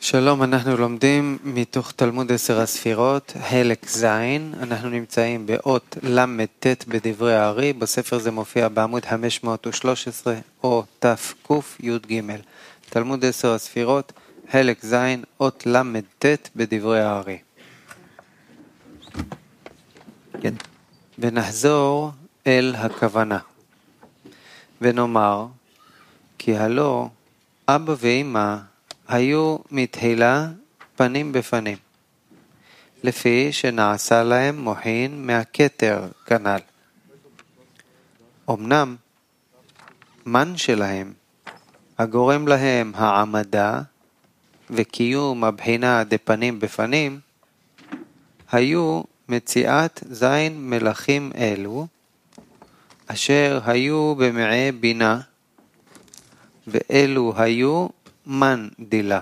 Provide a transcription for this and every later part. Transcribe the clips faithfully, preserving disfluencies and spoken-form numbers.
שלום, אנחנו לומדים מתוך תלמוד עשר הספירות, חלק זין. אנחנו נמצאים באות למ"ט בדברי הארי, בספר זה מופיע בעמוד חמש מאות ושלוש עשרה או תק"י"ג. תלמוד עשר הספירות, חלק זין, אות למ"ט בדברי הארי. כן. ונחזור אל הכוונה, ונאמר, כי הלא אבא ואמא היו מתחילה פנים בפנים, לפי שנעשה להם מוחין מהכתר כנ"ל. אמנם מן שלהם, הגורם להם העמדה וקיום הבחינה דפנים בפנים, היו מציאת זין מלכים אלו, אשר היו במעי בינה, ואלו היו מן דילה.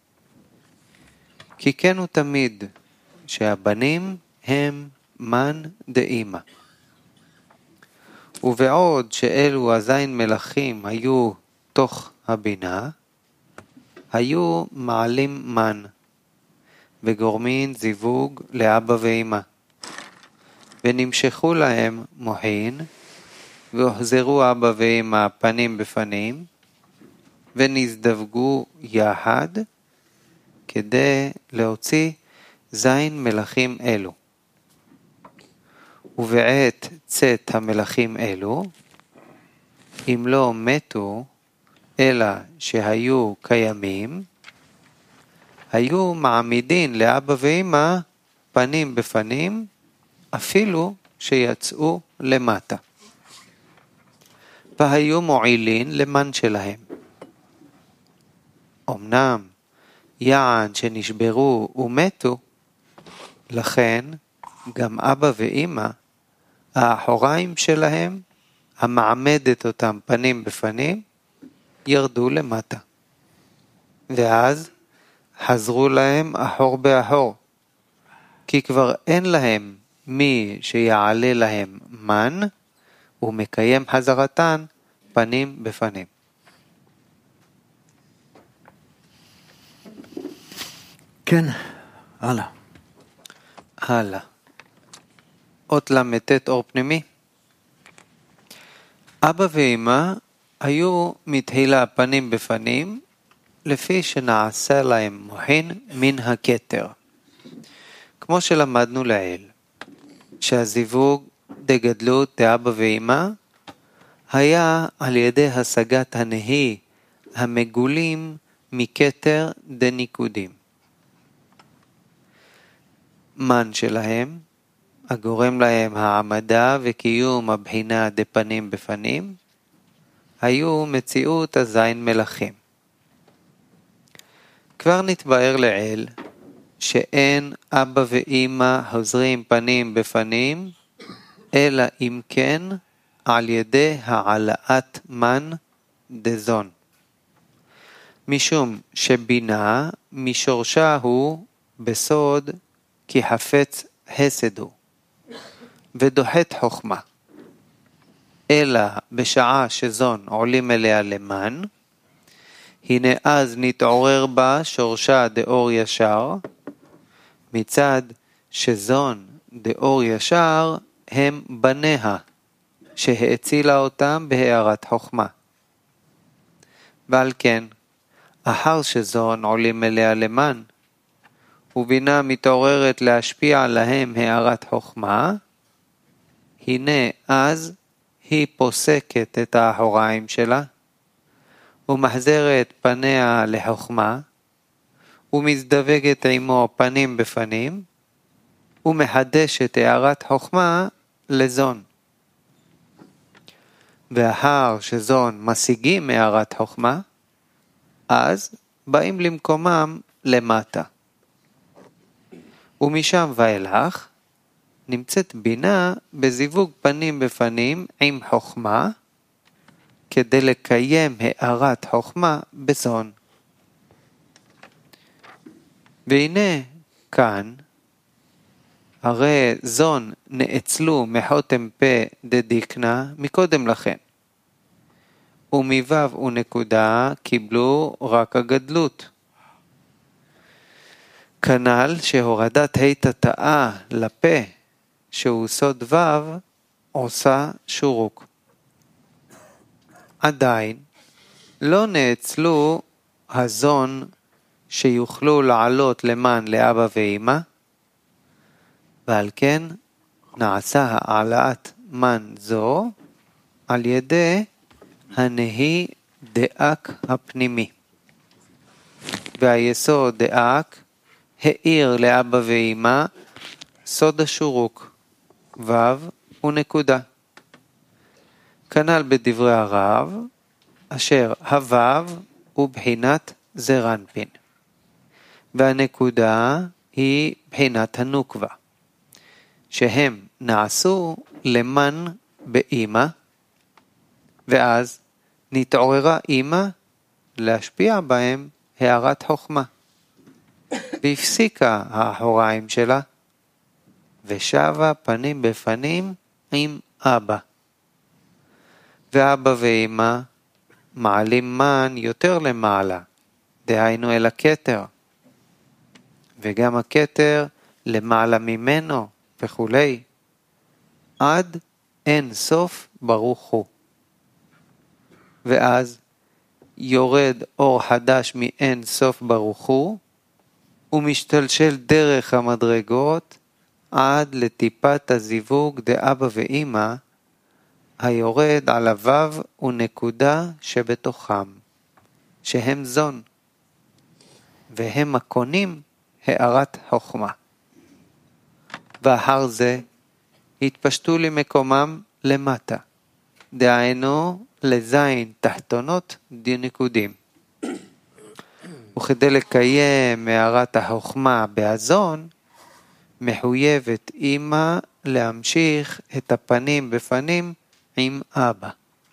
כי כן הוא תמיד שהבנים הם מן דאמא. ובעוד שאלו הזין מלכים היו תוך הבינה, היו מעלים מן, וגורמין זיווג לאבא ואמא. ונמשכו להם מוחין, והוחזרו אבא ואמא פנים בפנים, ונזדווגו יחד כדי להוציא זין מלכים אלו. ובעת צאת המלכים אלו, אם לא מתו, אלא שהיו קיימים, היו מעמידין לאבא ואמא פנים בפנים, אפילו שיצאו למטה. והיו מועילין למן שלהם. אמנם יען שנשברו ומתו, לכן גם אבא ואמא, האחוריים שלהם, המעמדת אותם פנים בפנים, ירדו למטה. ואז חזרו להם אחור באחור, כי כבר אין להם מי שיעלה להם מן, ומקיים חזרתן פנים בפנים. כן, הלאה. הלאה. אות למ"ט אור פנימי. אבא ואמא היו מתחילה פנים בפנים, לפי שנעשה להם מוחין מן הכתר. כמו שלמדנו לעיל, שהזיווג דגדלות דאבא ואמא, היה על ידי השגת הנהי המגולים מכתר דניקודים. מן שלהם, הגורם להם העמדה וקיום הבחינה דפנים בפנים, היו מציאות הזין מלכים. כבר נתבאר לעיל שאין אבא ואמא חוזרים פנים בפנים, אלא אם כן על ידי העלאת מן דזון. משום שבינה משורשה הוא בסוד כי חפץ חסד הוא, ודוחת חוכמה. אלא בשעה שזון עולים אליה למן, הנה אז נתעורר בה שורשה דאור ישר, מצד שזון דאור ישר הם בניה, שהאצילה אותם בהארת חוכמה. ועל כן, אחר שזון עולים אליה למן, ובינה מתעוררת להשפיע עליהם הארת חוכמה, הנה אז היא פוסקת את האחוריים שלה, ומחזרת פניה לחוכמה, ומזדווגת עמו פנים בפנים, ומחדשת הארת חוכמה לזון. ואחר שזון משיגים הארת חוכמה, אז באים למקומם למטה. ומשם ואילך נמצאת בינה בזיווג פנים בפנים עם חוכמה, כדי לקיים הארת חוכמה בזון. והנה כאן, הרי זון נאצלו מחותם פה דדיקנה מקודם לכן, ומבב ונקודה קיבלו רק הגדלות. כנ"ל שהורדת ה' תתאה לפה שהוא סוד ו' עושה שורוק. עדיין לא נאצלו הזון שיוכלו לעלות למען לאבא ואמא, ועל כן נעשה העלאת מן זו על ידי הנהי דאק הפנימי. והיסוד דאק העיר לאבא ואמא סוד השורוק, ו' ונקודה. כנ"ל בדברי הרב, אשר הו' הוא בחינת זרנפין, והנקודה היא בחינת הנוקבה, שהם נעשו למן באמא, ואז נתעוררה אמא להשפיע בהם הערת חוכמה, והפסיקה האחוריים שלה, ושבה פנים בפנים עם אבא. ואבא ואמא מעלים מן יותר למעלה, דהיינו אל הכתר, וגם הכתר למעלה ממנו וכולי, עד אין סוף ברוך הוא. ואז יורד אור חדש מאין סוף ברוך הוא, ומשתלשל דרך המדרגות עד לטיפת הזיווג דאבא ואמא, היורד על הוו ונקודה שבתוכם, שהם זון, והם מקונים הערת חוכמה. ואחר זה התפשטו למקומם למטה, דהיינו לזין תחתונות דנקודים. וכדי לקיים הערת החוכמה בהזון, מחויבת אמא להמשיך את הפנים בפנים עם אבא.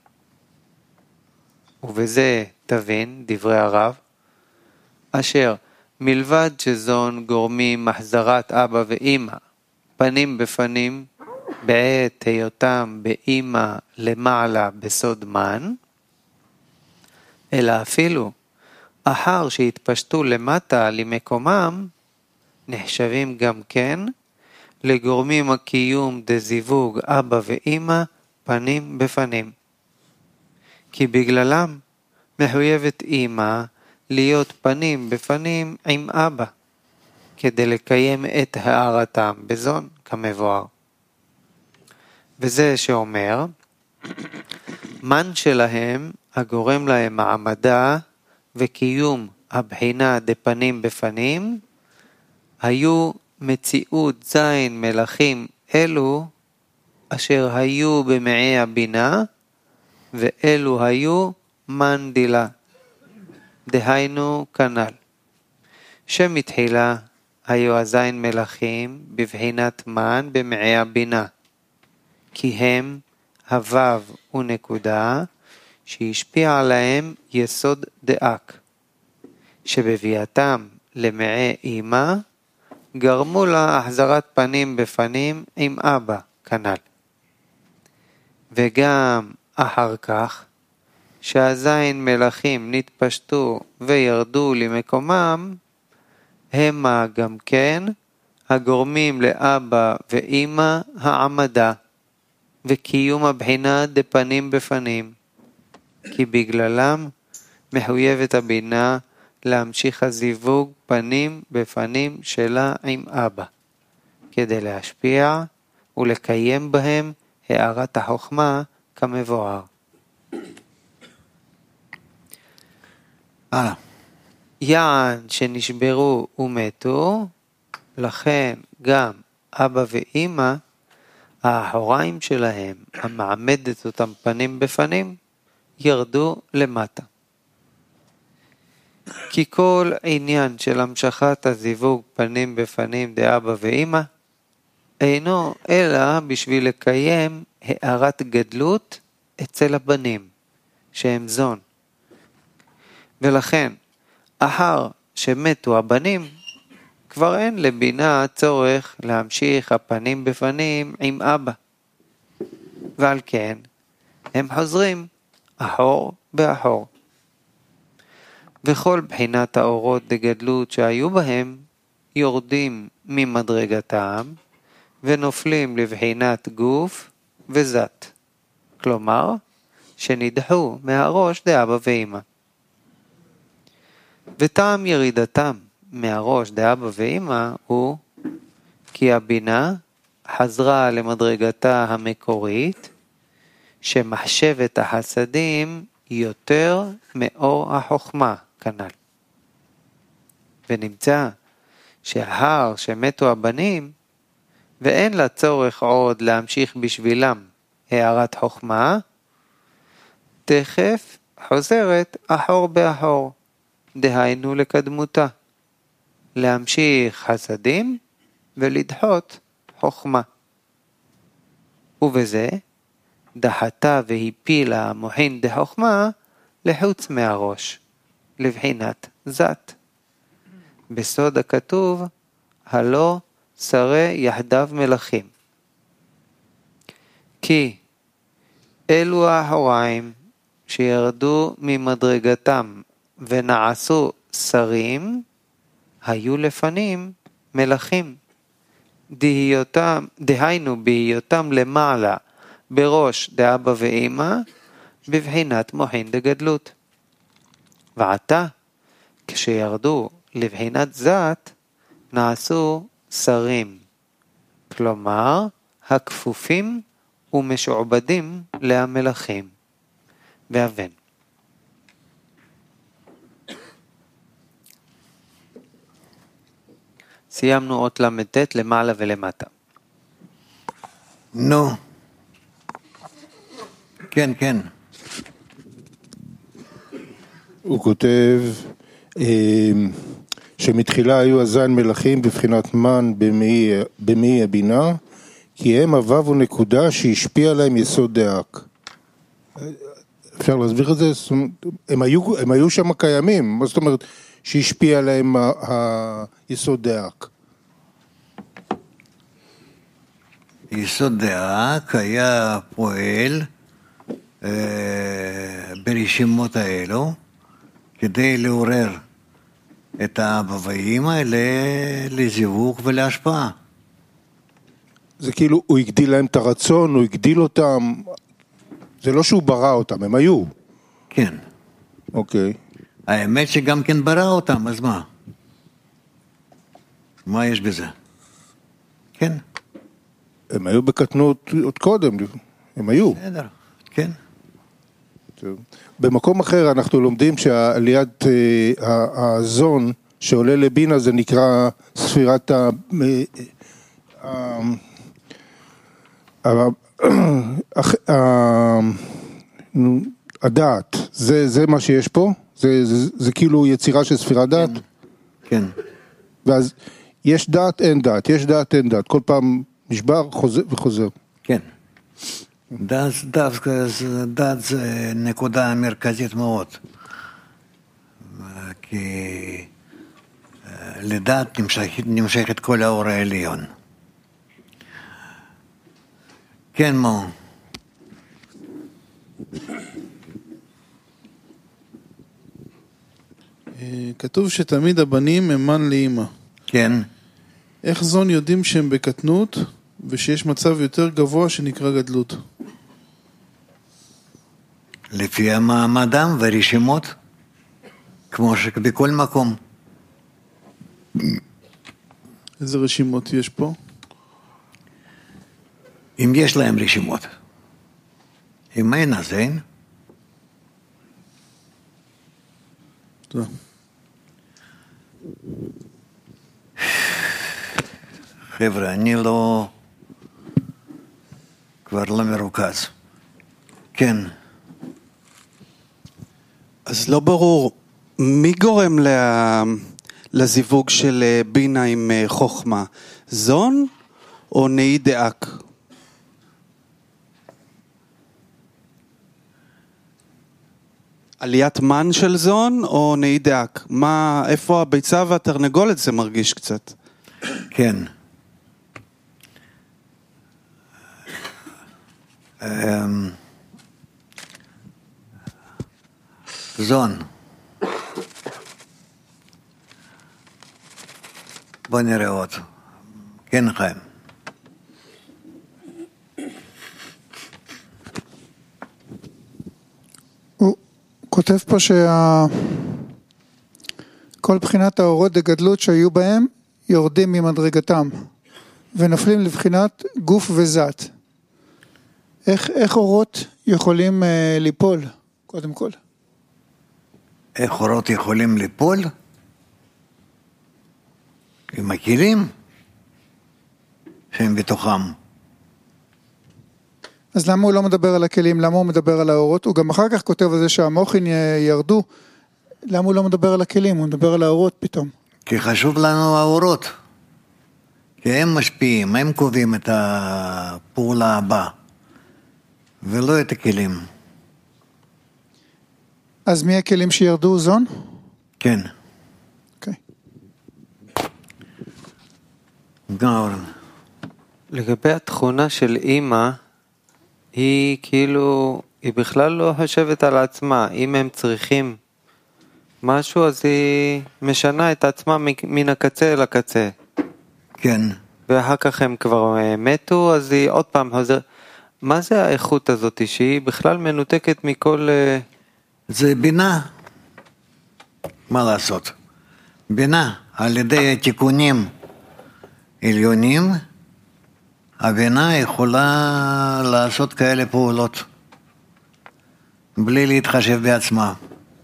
ובזה תבין דברי הרב, אשר מלבד שזון גורמים מחזרת אבא ואמא פנים בפנים בעת היותם באמא למעלה בסוד מן, אלא אפילו אחר שהתפשטו למטה למקומם, נחשבים גם כן לגורמים הקיום דזיווג אבא ואמא פנים בפנים. כי בגללם מחויבת אמא להיות פנים בפנים עם אבא, כדי לקיים את הערתם בזון כמבואר. וזה שאומר, מן שלהם הגורם להם מעמדה וקיום הבחינה דפנים בפנים, היו מציאות זין מלאכים אלו, אשר היו במעי הבינה, ואלו היו מן דילה. דהיינו כנ"ל, שמתחילה היו הזין מלאכים בבחינת מן במעי הבינה, כי הם הוו ונקודה שהשפיע עליהם יסוד דאק, שבביאתם למעי אמא גרמו לה החזרת פנים בפנים עם אבא כנ"ל. וגם אחר כך שהזין מלאכים נתפשטו וירדו למקומם, המה גם כן הגורמים לאבא ואמא העמדה וקיום הבחינה דפנים בפנים, כי בגללם מחויבת הבינה להמשיך הזיווג פנים בפנים שלה עם אבא, כדי להשפיע ולקיים בהם הערת החוכמה כמבואר. הלאה. יען שנשברו ומתו, לכן גם אבא ואמא, האחוריים שלהם, המעמדת אותם פנים בפנים, ירדו למטה. כי כל עניין של המשכת הזיווג פנים בפנים דאבא ואמא, אינו אלא בשביל לקיים הערת גדלות אצל הבנים, שהם זון. ולכן, אחר שמתו הבנים, כבר אין לבינה צורך להמשיך הפנים בפנים עם אבא. ועל כן, הם חוזרים אחור באחור. וכל בחינת האורות דגדלות שהיו בהם, יורדים ממדרגתם ונופלים לבחינת גוף וזת, כלומר שנדחו מהראש דאבא ואמא. וטעם ירידתם מהראש דאבא ואמא הוא כי הבינה חזרה למדרגתה המקורית שמחשבת החסדים יותר מאור החוכמה כנ"ל. ונמצא שאחר שמתו הבנים ואין לה צורך עוד להמשיך בשבילם הערת חוכמה, תכף חוזרת אחור באחור, דהיינו לקדמותה, להמשיך חסדים ולדחות חוכמה. ובזה דחתה והפילה המוחין דחוכמה לחוץ מהראש, לבחינת זת. בסוד הכתוב, הלא שרי יחדיו מלכים. כי אלו האחוריים שירדו ממדרגתם ונעשו שרים, היו לפנים מלכים. דהיותם, דהיינו בהיותם למעלה בראש דאבא ואמא, בבחינת מוחין דגדלות. ועתה, כשירדו לבחינת זת, נעשו שרים, כלומר הכפופים ומשועבדים להמלכים. ואבן. סיימנו אות למ"ט למעלה ולמטה. נו. כן, כן. הוא כותב שמתחילה היו הזין מלכים בבחינת מן במאי הבינה, כי הם הוו ונקודה שהשפיע עליהם יסוד דאק. אפשר להסביר את זה? הם היו, הם היו שם קיימים, מה זאת אומרת שהשפיע עליהם היסוד דאק? יסוד דאק היה פועל אה, ברשימות האלו, כדי לעורר את האבא ואמא לזיווג ולהשפעה. זה כאילו הוא הגדיל להם את הרצון, הוא הגדיל אותם, זה לא שהוא ברא אותם, הם היו. כן. אוקיי. האמת שגם כן ברא אותם, אז מה? מה יש בזה? כן. הם היו בקטנות עוד קודם, הם היו. בסדר, כן. טוב. במקום אחר אנחנו לומדים שעליית הזון שעולה לבינה זה נקרא ספירת ה... הדעת, זה, זה מה שיש פה? זה, זה, זה כאילו יצירה של ספירת דעת? כן. ואז יש דעת, אין דעת, יש דעת, אין דעת, כל פעם נשבר, חוזר וחוזר. כן. דעת, דעת זה נקודה מרכזית מאוד. כי לדעת נמשכת, נמשכת כל האור העליון. כן, מו. כתוב שתמיד הבנים הם מן לאמא. כן. איך זון יודעים שהם בקטנות ושיש מצב יותר גבוה שנקרא גדלות? לפי המעמדם והרשימות, כמו שבכל מקום. איזה רשימות יש פה? אם יש להם רשימות. אם אין, אז אין. תודה. חבר'ה, אני לא... כבר לא מרוכז. כן. אז לא ברור, מי גורם לה... לזיווג של בינה עם חוכמה? זון או נאי דאק? עליית מן של זון או נאי דאק? מה, איפה הביצה והתרנגולת זה מרגיש קצת? כן. זון. בוא נראה עוד. כן, חיים. הוא כותב פה שכל בחינת האורות דגדלות שהיו בהם יורדים ממדרגתם ונפלים לבחינת גוף וזת. איך, איך אורות יכולים אה, ליפול, קודם כל? איך אורות יכולים ליפול? עם הכלים שהם בתוכם. אז למה הוא לא מדבר על הכלים? למה הוא מדבר על האורות? הוא גם אחר כך כותב על זה שהמוחין ירדו. למה הוא לא מדבר על הכלים? הוא מדבר על האורות פתאום. כי חשוב לנו האורות. כי הם משפיעים, הם קובעים את הפעולה הבאה. ולא את הכלים. אז מי הכלים שירדו? זון? כן. אוקיי. גאור. לגבי התכונה של אימא, היא כאילו, היא בכלל לא חושבת על עצמה. אם הם צריכים משהו, אז היא משנה את עצמה מן הקצה אל הקצה. כן. ואחר כך הם כבר מתו, אז היא עוד פעם חוזרת. מה זה האיכות הזאת שהיא בכלל מנותקת מכל... זה בינה. מה לעשות? בינה, על ידי תיקונים עליונים, הבינה יכולה לעשות כאלה פעולות, בלי להתחשב בעצמה.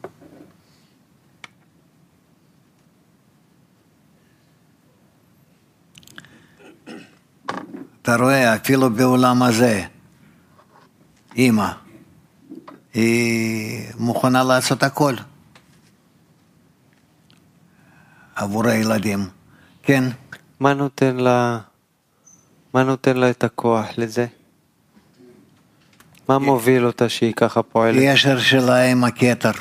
אתה רואה, אפילו בעולם הזה, אמא, היא מוכנה לעשות הכל עבור הילדים. כן. מה נותן לה, מה נותן לה את הכוח לזה? מה מוביל אותה שהיא ככה פועלת? ישר שלה עם הכתר.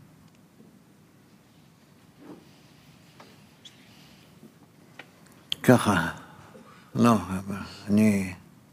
ככה. לא, אני...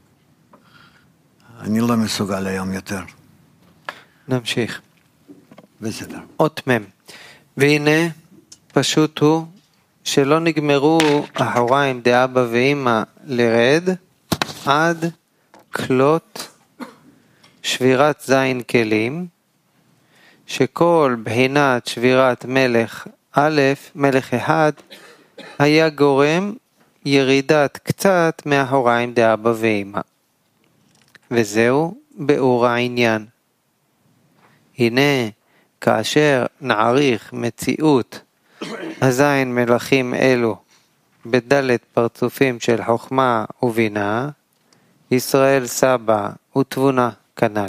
אני לא מסוגל היום יותר. נמשיך. בסדר. אות מם. והנה, פשוט הוא שלא נגמרו אחוריים דאבא ואמא לרד עד כלות שבירת זין כלים, שכל בחינת שבירת מלך א', מלך אחד, היה גורם ירידת קצת מאחוריים דאבא ואמא. וזהו באור העניין. הנה, כאשר נעריך מציאות הזין מלכים אלו בדלת פרצופים של חוכמה ובינה, ישראל סבא ותבונה כנ"ל.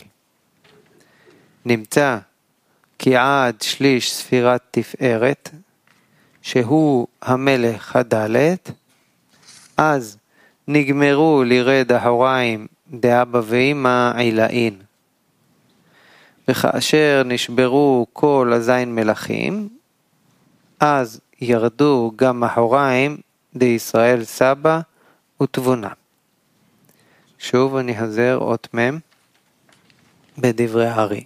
נמצא כי עד שליש ספירת תפארת, שהוא המלך הדלת, אז נגמרו לירד אחוריים דאבא ואמא עילאין. וכאשר נשברו כל הזין מלכים, אז ירדו גם אחוריים דישראל סבא ותבונה. שוב אני חזר אות מם בדברי הארי.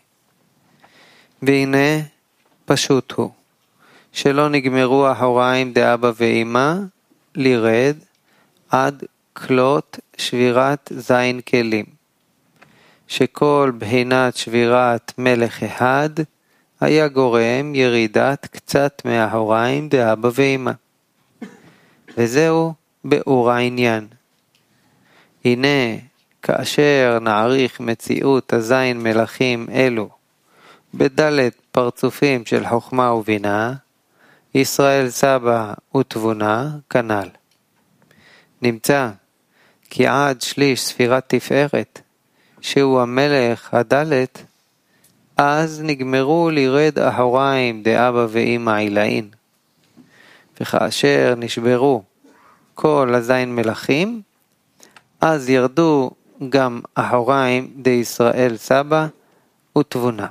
והנה פשוט הוא, שלא נגמרו אחוריים דאבא ואמא לירד עד כלות שבירת זין כלים, שכל בחינת שבירת מלך אחד היה גורם ירידת קצת מאחוריים דאבא ואמא. וזהו באור העניין. הנה, כאשר נעריך מציאות הזין מלכים אלו בדלת פרצופים של חוכמה ובינה, ישראל סבא ותבונה כנ"ל. נמצא כי עד שליש ספירת תפארת, שהוא המלך הדלת, אז נגמרו לירד אחוריים דאבא ואמא עילאין. וכאשר נשברו כל הזין מלכים, אז ירדו גם אחוריים דישראל סבא ותבונה.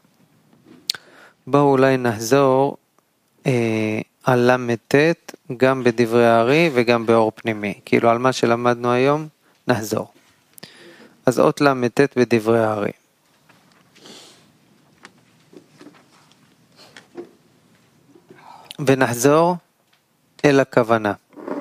בואו אולי נחזור אה, על למ"ט גם בדברי הארי וגם באור פנימי. כאילו על מה שלמדנו היום נחזור. אז אות למ"ט בדברי הארי. ונחזור אל הכוונה.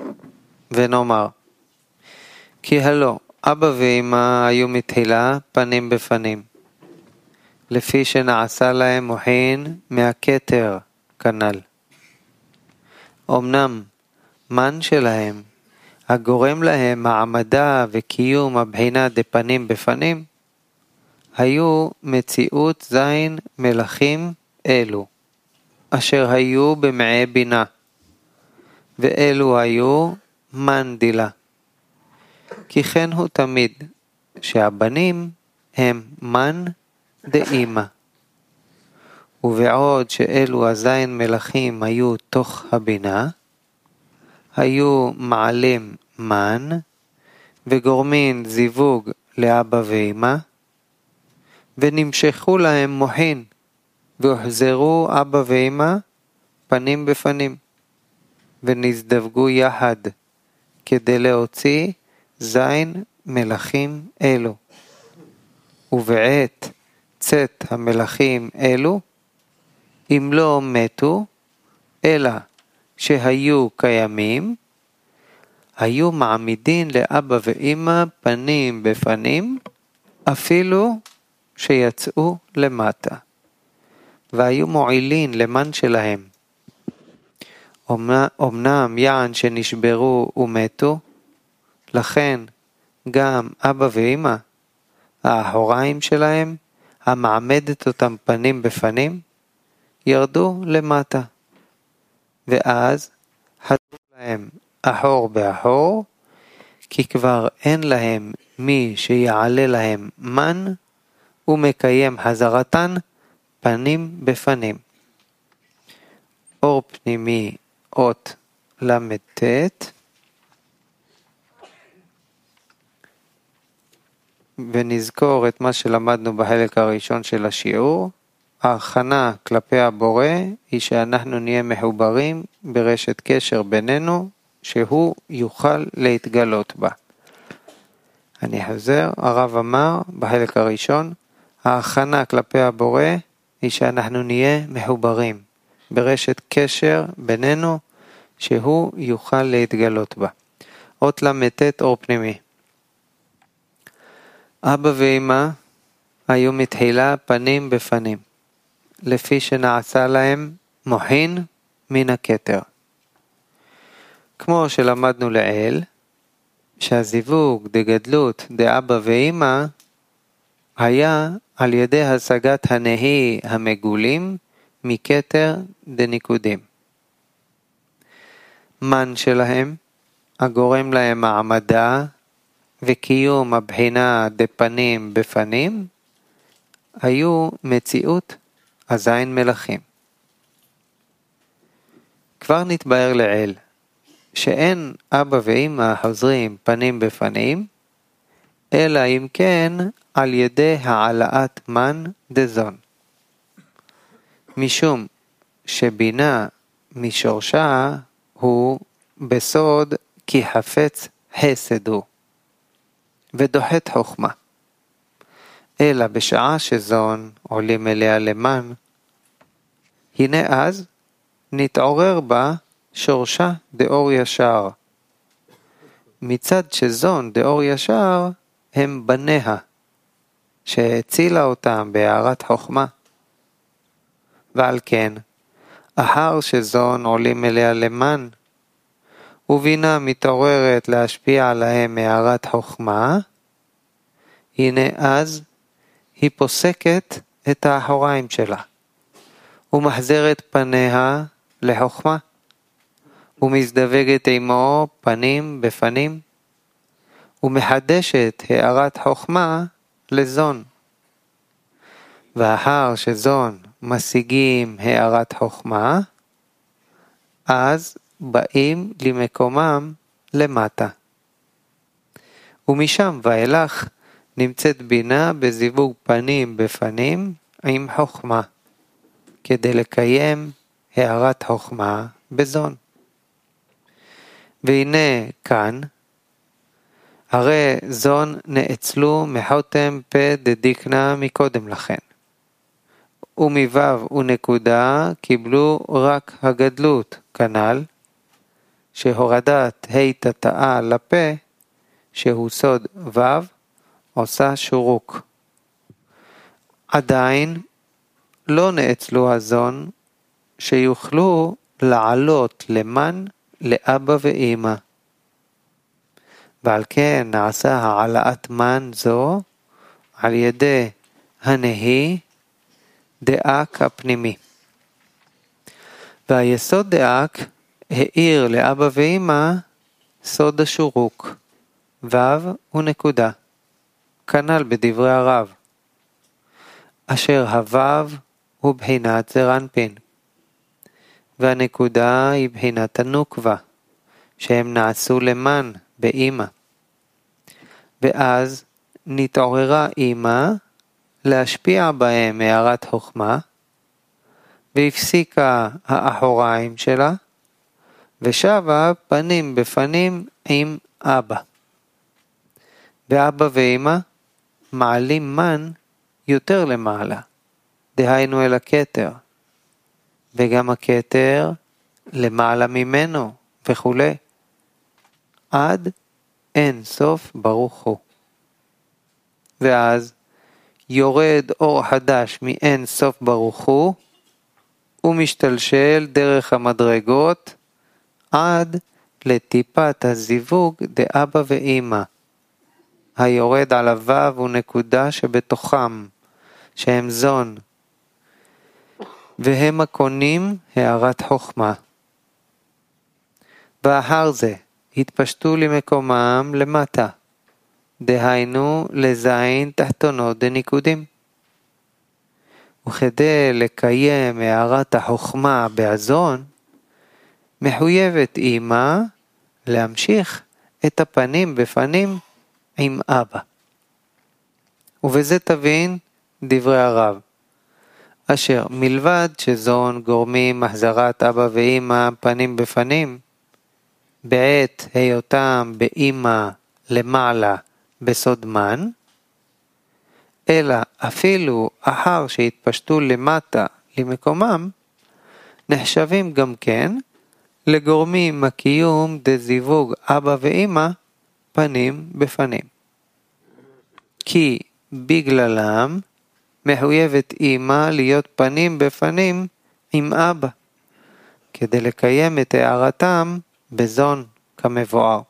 ונאמר, כי הלא, אבא ואמא היו מתחילה פנים בפנים, לפי שנעשה להם מוחין מהכתר כנ"ל. אמנם מן שלהם, הגורם להם מעמדה וקיום הבחינה דפנים בפנים, היו מציאות זין מלכים אלו, אשר היו במעי בינה, ואלו היו מן דילה. כי כן הוא תמיד, שהבנים הם מן דאמא. ובעוד שאלו הזין מלכים היו תוך הבינה, היו מעלים מן, וגורמין זיווג לאבא ואמא, ונמשכו להם מוחין, והוחזרו אבא ואמא פנים בפנים, ונזדווגו יחד, כדי להוציא זין מלכים אלו. ובעת צאת המלכים אלו, אם לא מתו, אלא שהיו קיימים, היו מעמידין לאבא ואמא פנים בפנים, אפילו שיצאו למטה, והיו מועילין למן שלהם. אמנם יען שנשברו ומתו, לכן גם אבא ואמא, האחוריים שלהם, המעמדת אותם פנים בפנים, ירדו למטה, ואז הדרו להם אחור באחור, כי כבר אין להם מי שיעלה להם מן, ומקיים חזרתן פנים בפנים. אור פנימי אות למ"ט. ונזכור את מה שלמדנו בחלק הראשון של השיעור. ההכנה כלפי הבורא היא שאנחנו נהיה מחוברים ברשת קשר בינינו, שהוא יוכל להתגלות בה. אני חוזר, הרב אמר בחלק הראשון, ההכנה כלפי הבורא היא שאנחנו נהיה מחוברים ברשת קשר בינינו, שהוא יוכל להתגלות בה. אות למ"ט אור פנימי. אבא ואמא היו מתחילה פנים בפנים, לפי שנעשה להם מוחין מן הכתר. כמו שלמדנו לעיל, שהזיווג דגדלות דאבא ואמא היה על ידי השגת הנהי המגולים מכתר דניקודים. מן שלהם, הגורם להם מעמדה וקיום הבחינה דפנים בפנים, היו מציאות הזין מלכים. כבר נתבהר לעיל, שאין אבא ואמא חוזרים פנים בפנים, אלא אם כן על ידי העלאת מן דזון. משום שבינה משורשה הוא בסוד כי חפץ חסד הוא, ודוחת חוכמה. אלא בשעה שזון עולים אליה למן, הנה אז נתעורר בה שורשה דאור ישר. מצד שזון דאור ישר הם בניה, שהצילה אותם בהערת חוכמה. ועל כן, אחר שזון עולים אליה למן, ובינה מתעוררת להשפיע עליהם מהערת חוכמה, הנה אז היא פוסקת את האחוריים שלה, ומחזרת פניה לחוכמה, ומזדווגת עמו פנים בפנים, ומחדשת הערת חוכמה לזון. ואחר שזון משיגים הערת חוכמה, אז באים למקומם למטה. ומשם ואילך נמצאת בינה בזיווג פנים בפנים עם חוכמה, כדי לקיים הערת חוכמה בזון. והנה כאן, הרי זון נאצלו מחותם פה דדיקנה מקודם לכן. ומבב ונקודה קיבלו רק הגדלות כנל, שהורדת ה' תתאה לפה, שהוא סוד ו', עושה שורוק. עדיין לא נאצלו הזון שיוכלו לעלות למן לאבא ואמא. ועל כן נעשה העלאת מן זו על ידי הנהי דאק הפנימי. והיסוד דאק העיר לאבא ואמא סוד השורוק, ו' ונקודה, כנ"ל בדברי הרב, אשר הו' הוא בחינת זרנפין, והנקודה היא בחינת הנוקבה, שהם נעשו למן באמא. ואז נתעוררה אמא להשפיע בהם הערת חוכמה, והפסיקה האחוריים שלה, ושבה פנים בפנים עם אבא. ואבא ואמא מעלים מן יותר למעלה, דהיינו אל הכתר, וגם הכתר למעלה ממנו וכו', עד אין סוף ברוך הוא. ואז יורד אור חדש מאין סוף ברוך הוא, ומשתלשל דרך המדרגות עד לטיפת הזיווג דאבא ואמא, היורד על הוו ונקודה שבתוכם, שהם זון, והם הקונים הערת חוכמה. ואחר זה התפשטו למקומם למטה, דהיינו לזין תחתונות דניקודים. וכדי לקיים הערת החוכמה בהזון, מחויבת אמא להמשיך את הפנים בפנים עם אבא. ובזה תבין דברי הרב, אשר מלבד שזון גורמים החזרת אבא ואמא פנים בפנים, בעת היותם באמא למעלה בסוד מן, אלא אפילו אחר שהתפשטו למטה למקומם, נחשבים גם כן לגורמים הקיום דזיווג אבא ואמא פנים בפנים. כי בגללם מחויבת אמא להיות פנים בפנים עם אבא, כדי לקיים את הערתם בזון כמבואר.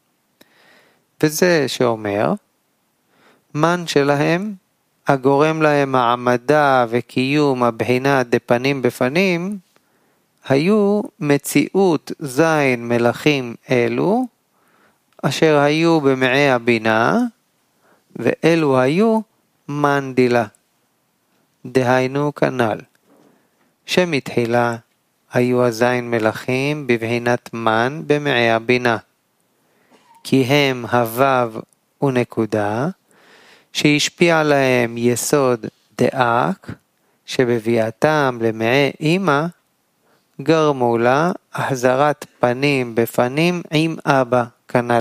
וזה שאומר, מן שלהם, הגורם להם העמדה וקיום הבחינה דפנים בפנים, היו מציאות זין מלאכים אלו, אשר היו במעי הבינה, ואלו היו מן דילה. דהיינו כנ"ל, שמתחילה היו הזין מלאכים בבחינת מן במעי הבינה, כי הם הוו ונקודה, שהשפיע עליהם יסוד דאק, שבביאתם למעי אמא, גרמו לה החזרת פנים בפנים עם אבא כנ"ל.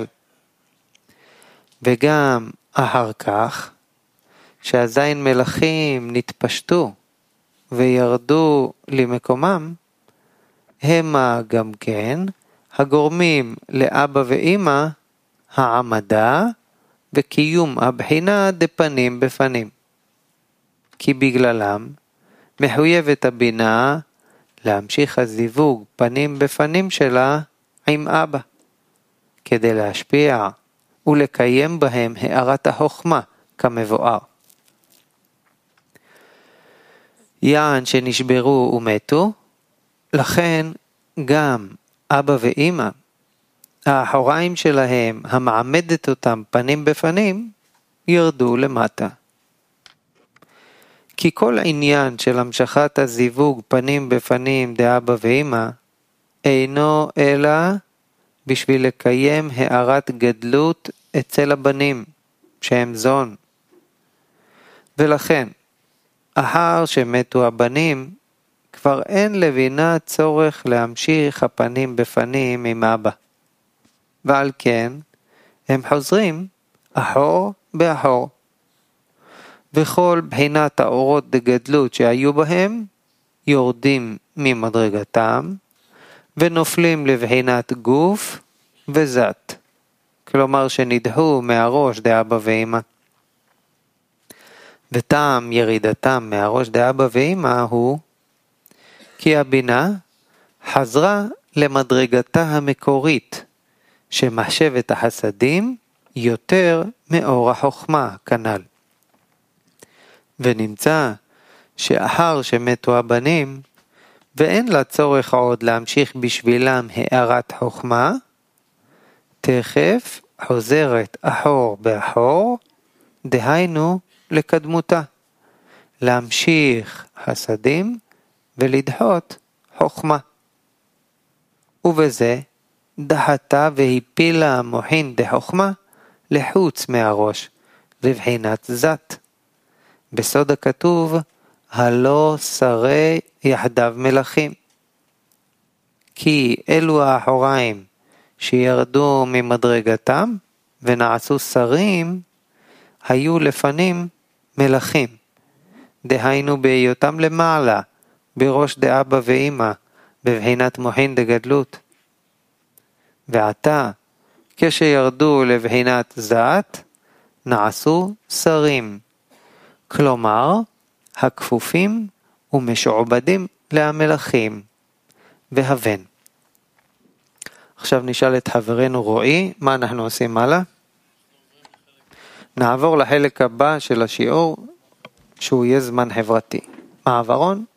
וגם אחר כך, שהזין מלאכים נתפשטו וירדו למקומם, המה גם כן הגורמים לאבא ואמא העמדה וקיום הבחינה דפנים בפנים. כי בגללם מחויבת הבינה להמשיך הזיווג פנים בפנים שלה עם אבא, כדי להשפיע ולקיים בהם הערת החוכמה כמבואר. יען שנשברו ומתו, לכן גם אבא ואמא, האחוריים שלהם המעמדת אותם פנים בפנים, ירדו למטה. כי כל עניין של המשכת הזיווג פנים בפנים דאבא ואמא, אינו אלא בשביל לקיים הערת גדלות אצל הבנים, שהם זון. ולכן, אחר שמתו הבנים, כבר אין לבינה צורך להמשיך הפנים בפנים עם אבא. ועל כן, הם חוזרים אחור באחור. וכל בחינת האורות דגדלות שהיו בהם, יורדים ממדרגתם, ונופלים לבחינת גוף וזת, כלומר שנדחו מהראש דאבא ואמא. וטעם ירידתם מהראש דאבא ואמא הוא כי הבינה חזרה למדרגתה המקורית, שמחשבת החסדים יותר מאור החוכמה כנ"ל. ונמצא שאחר שמתו הבנים, ואין לה צורך עוד להמשיך בשבילם הערת חוכמה, תכף חוזרת אחור באחור, דהיינו לקדמותה, להמשיך חסדים ולדחות חוכמה. ובזה דחתה והפילה המוחין דחוכמה לחוץ מהראש, בבחינת זת. בסוד הכתוב, הלא שרי יחדיו מלכים. כי אלו האחוריים שירדו ממדרגתם ונעשו שרים, היו לפנים מלכים. דהיינו בהיותם למעלה, בראש דאבא ואמא, בבחינת מוחין דגדלות. ועתה, כשירדו לבחינת זת, נעשו שרים. כלומר, הכפופים ומשועבדים להמלכים. והבן. עכשיו נשאל את חברנו רועי, מה אנחנו עושים הלאה? נעבור לחלק הבא של השיעור, שהוא יהיה זמן חברתי. מעברון